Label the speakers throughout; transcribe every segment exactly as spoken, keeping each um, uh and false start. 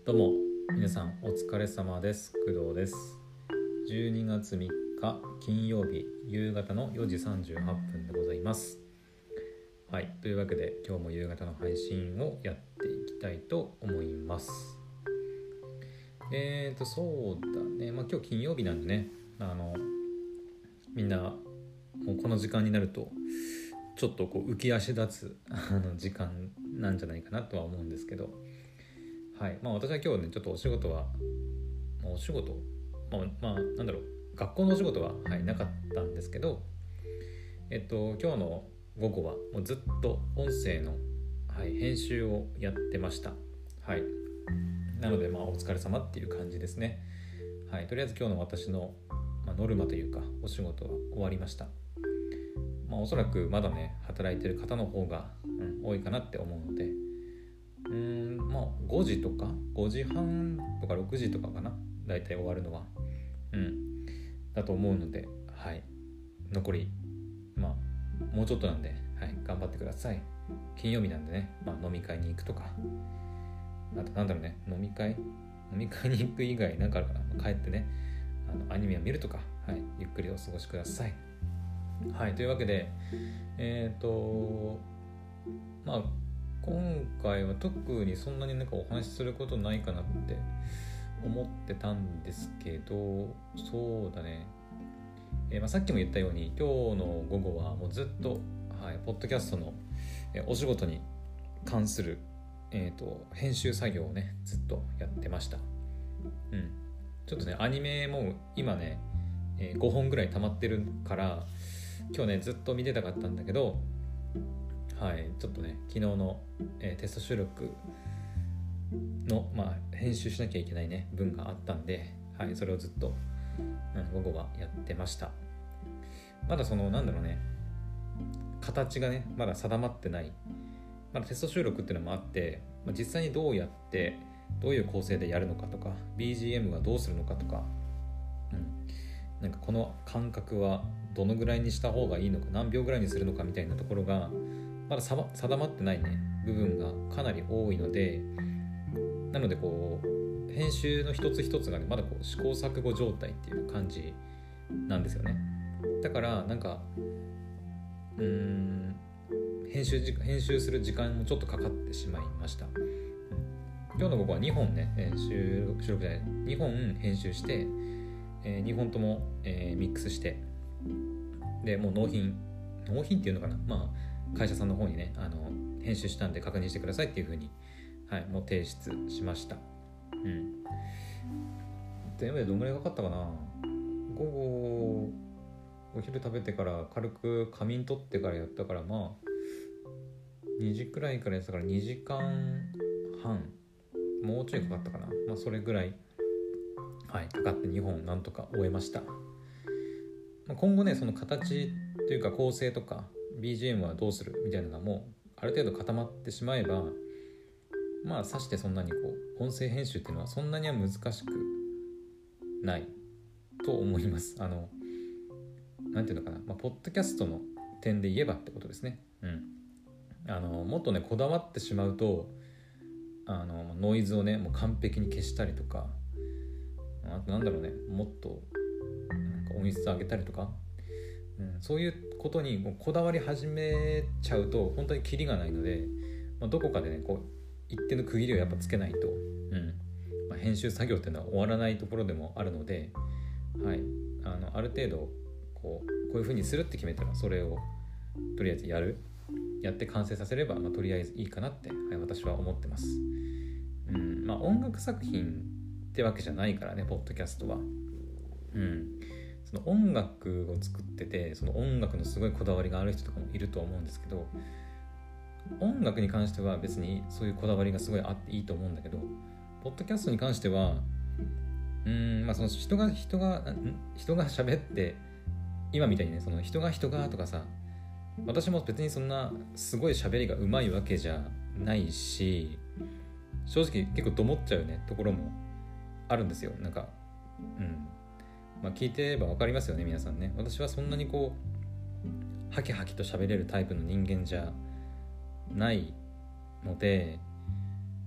Speaker 1: どうも皆さんお疲れ様です。工藤です。じゅうにがつみっか金曜日夕方のよじさんじゅうはっぷんでございます。はい、というわけで今日も夕方の配信をやっていきたいと思います。えーとそうだね、まあ今日金曜日なんでね、あのみんなもうこの時間になるとちょっとこう浮き足立つあの時間なんじゃないかなとは思うんですけど、はい、まあ私は今日ねちょっとお仕事は、まあ、お仕事まあ、まあ、なんだろう学校のお仕事は、はい、なかったんですけど、えっと今日の午後はもうずっと音声の、はい、編集をやってました。はい、なのでまあお疲れ様っていう感じですね。はい、とりあえず今日の私の、まあ、ノルマというかお仕事は終わりました。まあ、おそらくまだね働いてる方の方が、うん、多いかなって思うので、うーんまあごじとかごじはんとかろくじとかかな、だいたい終わるのは、うんだと思うので、はい残りまあもうちょっとなんで、はい、頑張ってください。金曜日なんでね、まあ、飲み会に行くとか、あとなんだろうね飲み会飲み会に行く以外なんかあるかな、帰ってねあのアニメを見るとか、はい、ゆっくりお過ごしください。はい、というわけでえっ、ー、とまあ今回は特にそんなになんかお話しすることないかなって思ってたんですけど、そうだね、えーまあ、さっきも言ったように今日の午後はもうずっと、はい、ポッドキャストの、えー、お仕事に関する、えーと、編集作業をねずっとやってました。うん、ちょっとねアニメも今ね、えー、ごほんぐらい溜まってるから今日ねずっと見てたかったんだけど、はいちょっとね昨日の、えー、テスト収録のまあ編集しなきゃいけないね文があったんで、はいそれをずっと、うん、午後はやってました。まだそのなんだろうね形がねまだ定まってない、まだテスト収録っていうのもあって、まあ、実際にどうやってどういう構成でやるのかとか ビージーエム はどうするのかとか、うん、なんかこの間隔はどのぐらいにした方がいいのか、何秒ぐらいにするのかみたいなところがまだ定まってないね部分がかなり多いので、なのでこう編集の一つ一つがねまだこう試行錯誤状態っていう感じなんですよね。だからなんかうーん編集時編集する時間もちょっとかかってしまいました。今日の午後はにほんね収録収録じゃないにほん編集して、えー、にほんとも、えー、ミックスして、でもう納品納品っていうのかな、まあ会社さんの方にねあの編集したんで確認してくださいっていう風に、はい、もう提出しました。うんでどんぐらいかかったかな。午後お昼食べてから軽く仮眠取ってからやったから、まあにじくらいからやってたからにじかんはんもうちょいかかったかな、まあそれぐらいはいかかってにほんなんとか終えました。まあ、今後ねその形というか構成とか ビージーエム はどうするみたいなのがもうある程度固まってしまえば、まあさしてそんなにこう音声編集っていうのはそんなには難しくないと思います。あのなんていうのかな、まあ、ポッドキャストの点で言えばってことですね。うんあのもっとねこだわってしまうとあのノイズをねもう完璧に消したりとか、あとなんだろうねもっとなんか音質上げたりとか、うん、そういうことにもうこだわり始めちゃうと本当にキリがないので、まあ、どこかでねこう一定の区切りをやっぱつけないと、うんまあ、編集作業っていうのは終わらないところでもあるので、はい、あのある程度こう、こういう風にするって決めたらそれをとりあえずやるやって完成させれば、まあ、とりあえずいいかなって、はい、私は思ってます。うんまあ、音楽作品ってわけじゃないからねポッドキャストは、うん、その音楽を作っててその音楽のすごいこだわりがある人とかもいると思うんですけど、音楽に関しては別にそういうこだわりがすごいあっていいと思うんだけど、ポッドキャストに関してはうーん、まあ、その人が人が人が喋って今みたいにねその人が人がとかさ、私も別にそんなすごい喋りが上手いわけじゃないし、正直結構どもっちゃうねところもあるんですよ。なんかうんまあ聞いてれば分かりますよね皆さんね。私はそんなにこうハキハキと喋れるタイプの人間じゃないので、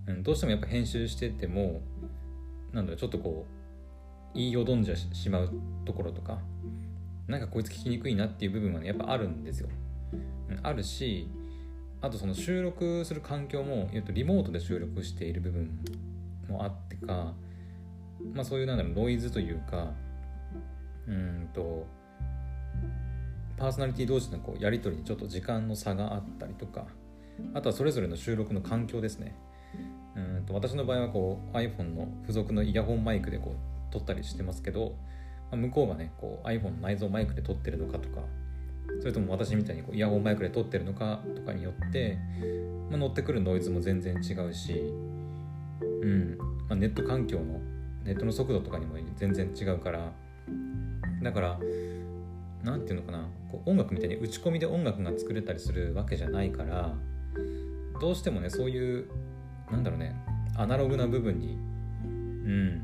Speaker 1: うん、どうしてもやっぱ編集しててもなんだろうちょっとこう言いよどんじゃしまうところとかなんかこいつ聞きにくいなっていう部分はねやっぱあるんですよ、うん、あるしあとその収録する環境も言うとリモートで収録している部分もあってかまあそういうなんだろうノイズというかうんとパーソナリティ同士のこうやり取りにちょっと時間の差があったりとかあとはそれぞれの収録の環境ですね。うんと私の場合はこう iPhone の付属のイヤホンマイクでこう撮ったりしてますけど、まあ、向こうがねこう iPhone の内蔵マイクで撮ってるのかとかそれとも私みたいにこうイヤホンマイクで撮ってるのかとかによって、まあ、乗ってくるノイズも全然違うし、うんまあ、ネット環境のネットの速度とかにも全然違うからだからなんていうのかなこう音楽みたいに打ち込みで音楽が作れたりするわけじゃないからどうしてもねそういうなんだろうねアナログな部分に、うん、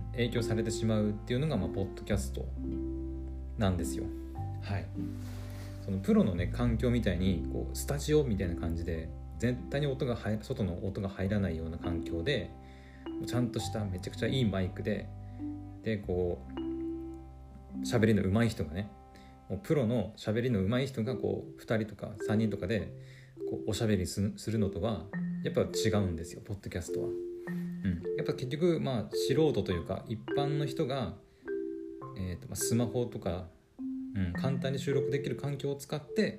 Speaker 1: 影響されてしまうっていうのがまあポッドキャストなんですよ。はいそのプロのね環境みたいにこうスタジオみたいな感じで絶対に音が入外の音が入らないような環境でちゃんとしためちゃくちゃいいマイクででこう喋りの上手い人がねもうプロの喋りの上手い人がこうふたりとかさんにんとかでこうおしゃべりするのとはやっぱ違うんですよポッドキャストは、うん、やっぱ結局まあ素人というか一般の人が、えーとまあ、スマホとか、うん、簡単に収録できる環境を使って、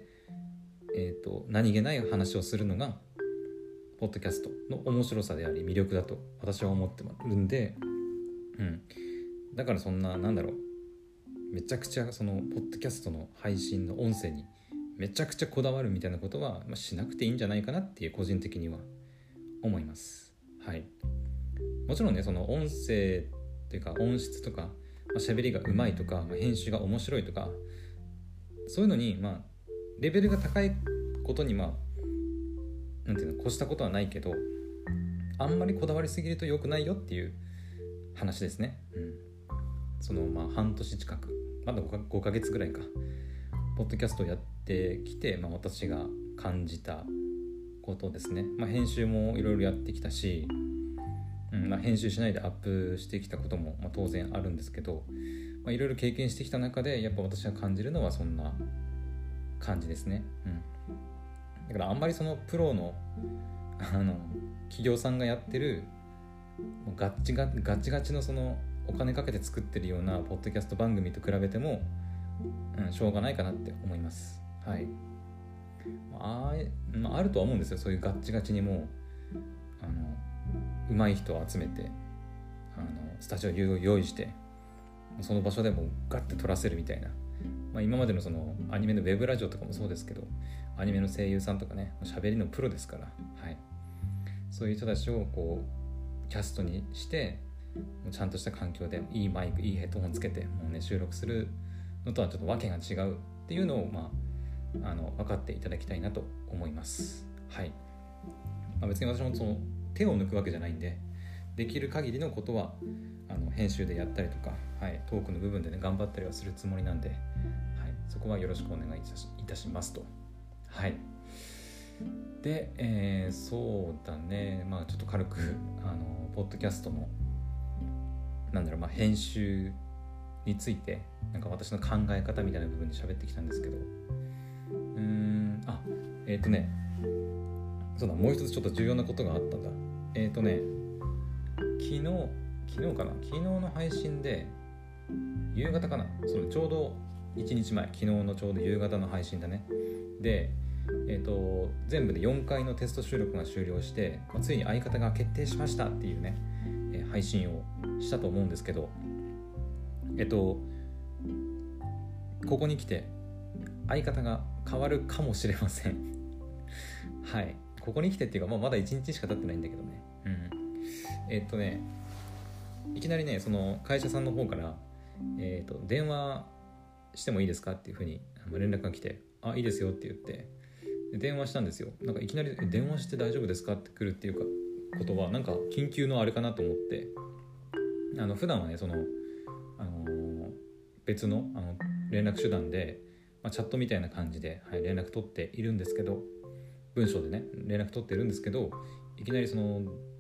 Speaker 1: えーと何気ない話をするのがポッドキャストの面白さであり魅力だと私は思ってるんで、うん、だからそんななんだろうめちゃくちゃそのポッドキャストの配信の音声にめちゃくちゃこだわるみたいなことは、まあ、しなくていいんじゃないかなっていう個人的には思います。はい。もちろんねその音声というか音質とか、まあ、喋りがうまいとか、まあ、編集が面白いとかそういうのにまあレベルが高いことにまあなんていうの越したことはないけどあんまりこだわりすぎると良くないよっていう話ですね。うん。そのまあ半年近くまだごかげつぐらいかポッドキャストをやってきて、まあ、私が感じたことですね、まあ、編集もいろいろやってきたし、うんまあ、編集しないでアップしてきたこともまあ当然あるんですけどいろいろ経験してきた中でやっぱ私が感じるのはそんな感じですね、うん、だからあんまりそのプロのあの企業さんがやってるもうガッチガガチガチのそのお金かけて作ってるようなポッドキャスト番組と比べても、うん、しょうがないかなって思います。はい。あ, まあ、あるとは思うんですよ。そういうガッチガチにもうあの上手い人を集めてあのスタジオを用意してその場所でもガッて撮らせるみたいな、まあ、今までのそのアニメのウェブラジオとかもそうですけどアニメの声優さんとかね喋りのプロですから、はい、そういう人たちをこうキャストにしてもうちゃんとした環境でいいマイクいいヘッドホンつけてもう、ね、収録するのとはちょっと訳が違うっていうのを、まあ、あの分かっていただきたいなと思います。はい。まあ、別に私もその手を抜くわけじゃないんでできる限りのことはあの編集でやったりとか、はい、トークの部分でね頑張ったりはするつもりなんで、はい、そこはよろしくお願いいたし、いたしますと。はい。で、えー、そうだねまあちょっと軽くあのポッドキャストのなんだろうまあ編集についてなんか私の考え方みたいな部分で喋ってきたんですけどうーんあえっ、ー、とねそうだもう一つちょっと重要なことがあったんだえっ、ー、とね昨日昨日かな昨日の配信で夕方かなそのちょうどいちにちまえ昨日のちょうど夕方の配信だねでえーと全部でよんかいのテスト収録が終了して、まあ、ついに相方が決定しましたっていうね、えー、配信をしたと思うんですけどえっとここに来て相方が変わるかもしれませんはいここに来てっていうか、まあ、まだいちにちしか経ってないんだけどねうんえっとねいきなりねその会社さんの方からえっと電話してもいいですかっていうふうに連絡が来てあいいですよって言って電話したんですよ。なんかいきなり電話して大丈夫ですかって来るっていうかことはなんか緊急のあれかなと思ってあの普段はねその、あのー、別の、あの連絡手段で、まあ、チャットみたいな感じで、はい、連絡取っているんですけど文章でね連絡取ってるんですけどいきなりその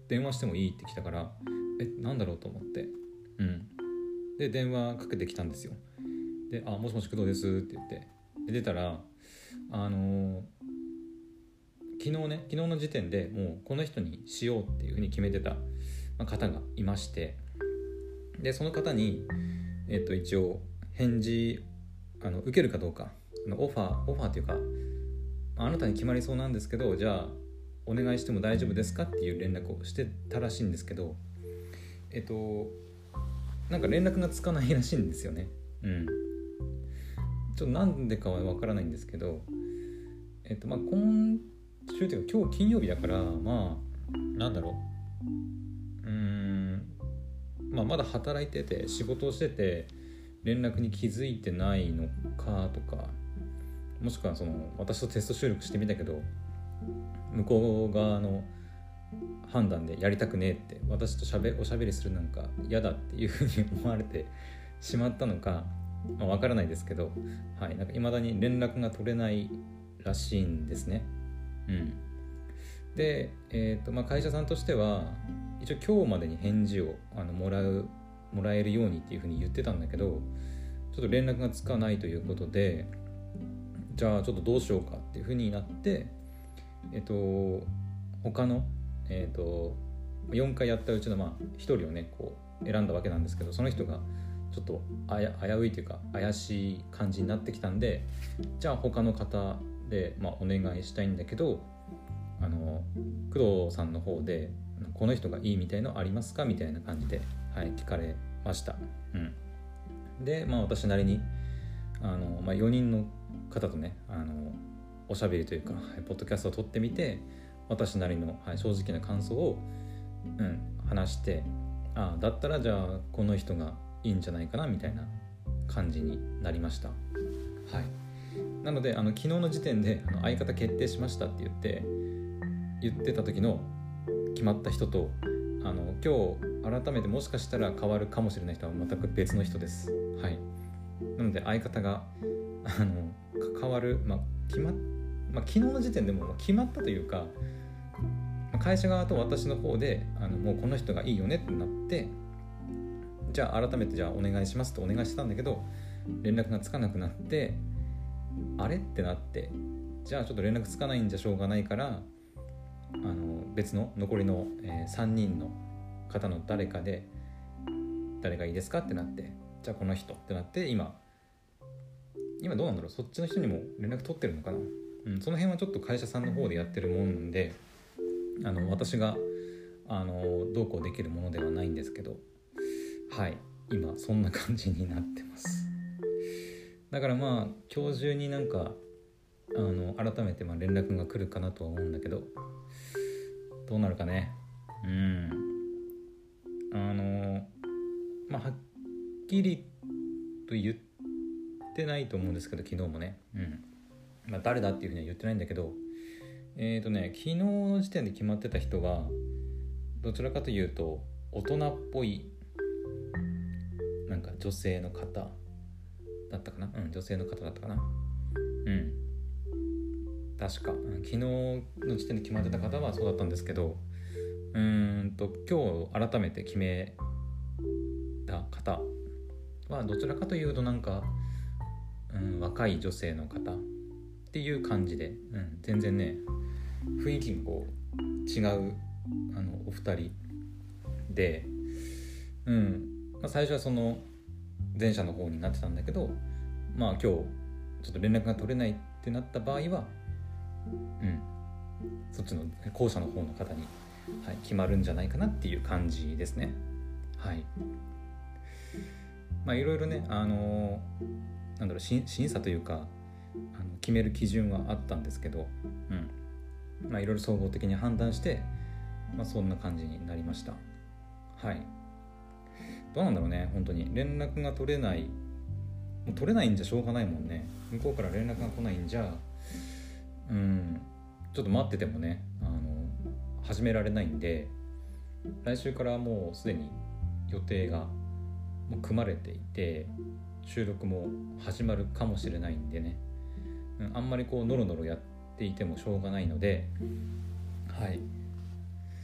Speaker 1: 電話してもいいって来たから、えなんだろうと思って、うんで電話かけてきたんですよ。で、あもしもし工藤ですって言って、で出たらあのー、昨日ね昨日の時点でもうこの人にしようっていう風に決めてた方がいまして、でその方にえっと一応返事あの受けるかどうか、オファーオファーというか、あなたに決まりそうなんですけど、じゃあお願いしても大丈夫ですかっていう連絡をしてたらしいんですけど、えっとなんか連絡がつかないらしいんですよね。うんちょっとなんでかはわからないんですけど、えっとまあ今週というか今日金曜日だから、まあなんだろううーんまあまだ働いてて仕事をしてて連絡に気づいてないのかとか、もしくはその私とテスト収録してみたけど向こう側の判断でやりたくねえって、私としゃべおしゃべりするなんか嫌だっていうふうに思われてしまったのか、まあ、分からないですけど、はい、なんか未だに連絡が取れないらしいんですね。うん、で、えーとまあ、会社さんとしては一応今日までに返事をあのもらうもらえるようにっていうふうに言ってたんだけど、ちょっと連絡がつかないということで、じゃあちょっとどうしようかっていうふうになって、えっと他のえっとよんかいやったうちのまあひとりをねこう選んだわけなんですけど、その人がちょっとあや危ういというか怪しい感じになってきたんで、じゃあ他の方で、まあ、お願いしたいんだけど、あの工藤さんの方でこの人がいいみたいのありますかみたいな感じで、はい、聞かれました。うん、で、まあ、私なりにあの、まあ、よにんの方とねあのおしゃべりというか、はい、ポッドキャストを撮ってみて、私なりの、はい、正直な感想を、うん、話して、あだったらじゃあこの人がいいんじゃないかなみたいな感じになりました。はい、なのであの昨日の時点であの相方決定しましたって言って言ってた時の決まった人と、あの今日改めてもしかしたら変わるかもしれない人は全く別の人です。はい、なので相方があの変わる、まあ決まっまあ、昨日の時点でも決まったというか、会社側と私の方であのもうこの人がいいよねってなって、じゃあ改めてじゃあお願いしますとお願いしてたんだけど、連絡がつかなくなって、あれってなって、じゃあちょっと連絡つかないんじゃしょうがないから、あの別の残りの、えー、さんにんの方の誰かで誰がいいですかってなって、じゃあこの人ってなって、今今どうなんだろう、そっちの人にも連絡取ってるのかな、うん、その辺はちょっと会社さんの方でやってるもんで、あの私があのどうこうできるものではないんですけど、はい今そんな感じになってます。だからまあ今日中になんかあの改めてまあ連絡が来るかなとは思うんだけど、どうなるかね。うんあのまあはっきりと言ってないと思うんですけど、昨日もね、うんまあ、誰だっていうふうには言ってないんだけど、えーとね昨日の時点で決まってた人はどちらかというと大人っぽいなんか女性の方だったかな、うん女性の方だったかな、うん確か、うん、昨日の時点で決まってた方はそうだったんですけど、うーんと今日改めて決めた方はどちらかというとなんか、うん、若い女性の方っていう感じで、うん、全然ね雰囲気がこう違うあのお二人で、うんまあ、最初はその前者の方になってたんだけど、まあ今日ちょっと連絡が取れないってなった場合は、うん、そっちの後者の方の方に、はい、決まるんじゃないかなっていう感じですね。はい。まあいろいろね、あのー、なんだろう審査というかあの決める基準はあったんですけど、うん、まあいろいろ総合的に判断して、まあそんな感じになりました。はい。どうなんだろうね、本当に連絡が取れない、もう取れないんじゃしょうがないもんね。向こうから連絡が来ないんじゃ、うん、ちょっと待っててもね、あの始められないんで、来週からもうすでに予定がもう組まれていて、収録も始まるかもしれないんでね、うん、あんまりこうノロノロやっていてもしょうがないので、はい。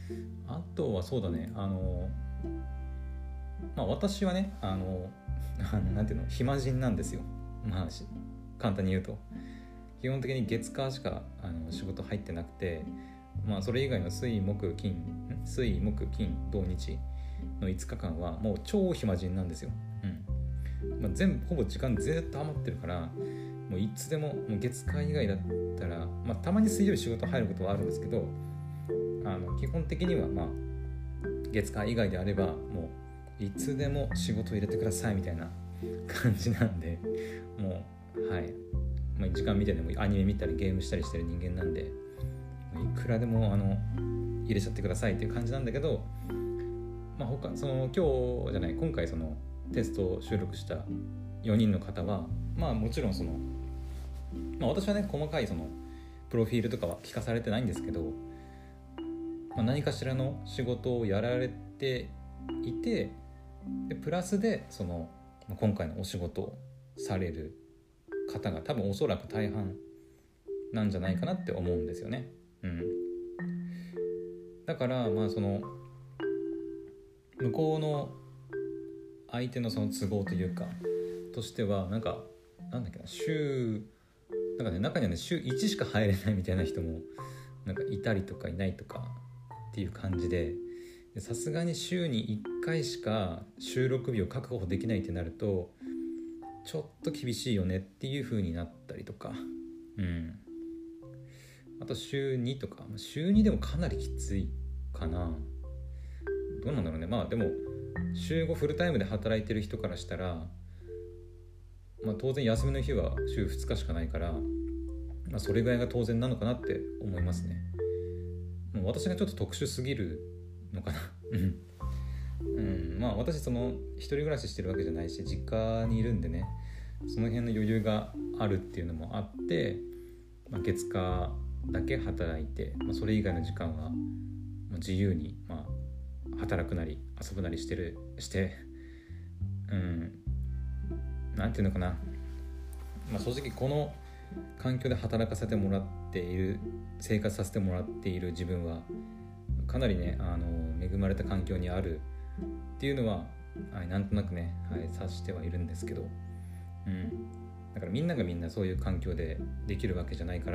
Speaker 1: あとはそうだね、あのまあ私はね、あのなんていうの、暇人なんですよ。まあ簡単に言うと、基本的に月火しかあの仕事入ってなくて、まあそれ以外の水木金水木金土日のいつかかんはもう超暇人なんですよ。うんまあ、全部ほぼ時間ずっと余ってるから、もういつでも、もう月火以外だったら、まあたまに水曜日仕事入ることはあるんですけど、あの基本的にはまあ月火以外であればもういつでも仕事入れてくださいみたいな感じなんで、もうはい、まあ、時間見てでもアニメ見たりゲームしたりしてる人間なんで、いくらでもあの入れちゃってくださいっていう感じなんだけど、まあ他その今日じゃない今回そのテストを収録したよにんの方は、まあもちろんその、まあ、私はね細かいそのプロフィールとかは聞かされてないんですけど、まあ、何かしらの仕事をやられていて、でプラスでその今回のお仕事をされる方が多分おそらく大半なんじゃないかなって思うんですよね。うん、だからまあその向こうの相手のその都合というかとしては、なんかなんだっけな、週なんかね、中にはね週いちしか入れないみたいな人もなんかいたりとかいないとかっていう感じで、さすがに週にいっかいしか収録日を確保できないってなるとちょっと厳しいよねっていう風になったりとか、うん、あと週にとか、週にでもかなりきついかな。どうなんだろうね。まあでも週ごフルタイムで働いてる人からしたら、まあ、当然休みの日は週ふつかしかないから、まあ、それぐらいが当然なのかなって思いますね。もう私がちょっと特殊すぎるのかなうん、まあ私その一人暮らししてるわけじゃないし実家にいるんでね、その辺の余裕があるっていうのもあって、まあ、月火だけ働いて、まあ、それ以外の時間は自由にまあ働くなり遊ぶなりしてるしてうんなんていうのかな、まあ、正直この環境で働かせてもらっている生活させてもらっている自分はかなりね、あの恵まれた環境にあるっていうのは、はい、なんとなくね、はい、察してはいるんですけど、うん、だからみんながみんなそういう環境でできるわけじゃないから、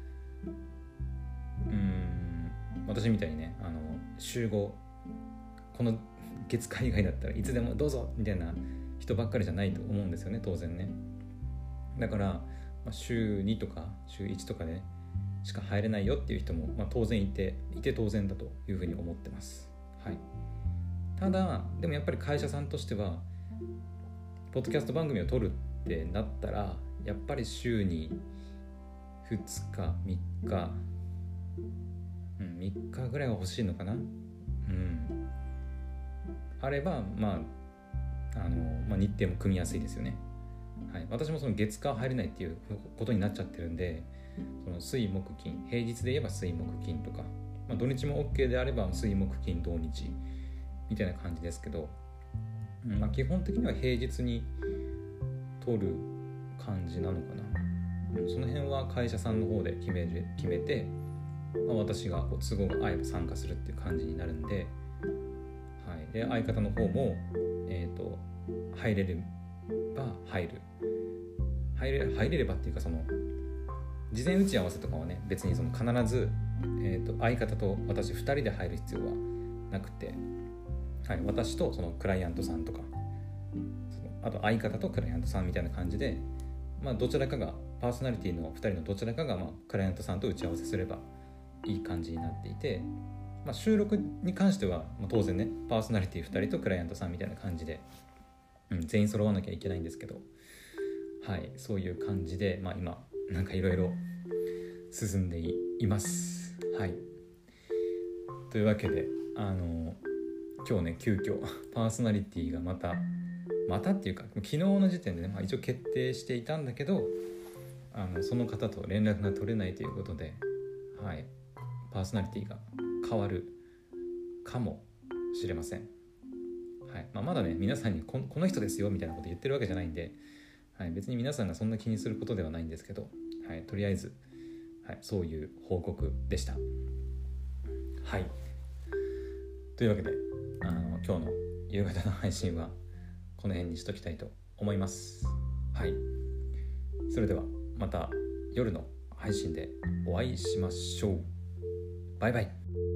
Speaker 1: うーん私みたいにね、あの週ごこの月火以外だったらいつでもどうぞみたいな人ばっかりじゃないと思うんですよね、当然ね。だから、まあ、週にとか週いちとかで、ね、しか入れないよっていう人も、まあ、当然いていて当然だというふうに思ってます。はい。ただでもやっぱり会社さんとしてはポッドキャスト番組を撮るってなったらやっぱり週にふつかみっか、うん、みっかぐらいは欲しいのかな。うんあればまああの、まあ、日程も組みやすいですよね。はい、私もその月火入れないっていうことになっちゃってるんで、その水木金、平日で言えば水木金とか、まあ、土日も OK であれば水木金土日みたいな感じですけど、うんまあ、基本的には平日に取る感じなのかな、うん、その辺は会社さんの方で決める決めて、まあ、私がこう都合が合えば参加するっていう感じになるんで、はい、で相方の方も、えーと、入れれば入る入れ入れればっていうか、その事前打ち合わせとかはね別にその必ず、えーと、相方と私ふたりで入る必要はなくて、はい、私とそのクライアントさんとか、そのあと相方とクライアントさんみたいな感じで、まあ、どちらかがパーソナリティのふたりのどちらかが、まあ、クライアントさんと打ち合わせすればいい感じになっていて、まあ、収録に関しては、まあ、当然ねパーソナリティふたりとクライアントさんみたいな感じで、うん、全員揃わなきゃいけないんですけど、はい、そういう感じで、まあ、今なんかいろいろ進んで い, います。はい。というわけで、あの今日ね急遽パーソナリティがまたまたっていうか昨日の時点でね、まあ、一応決定していたんだけど、あのその方と連絡が取れないということで、はい、パーソナリティが変わるかもしれません。はいまあ、まだね皆さんに こ, この人ですよみたいなこと言ってるわけじゃないんで、はい、別に皆さんがそんな気にすることではないんですけど、はい、とりあえず、はい、そういう報告でした。はいというわけであの今日の夕方の配信はこの辺にしときたいと思います。はい、それではまた夜の配信でお会いしましょう。バイバイ。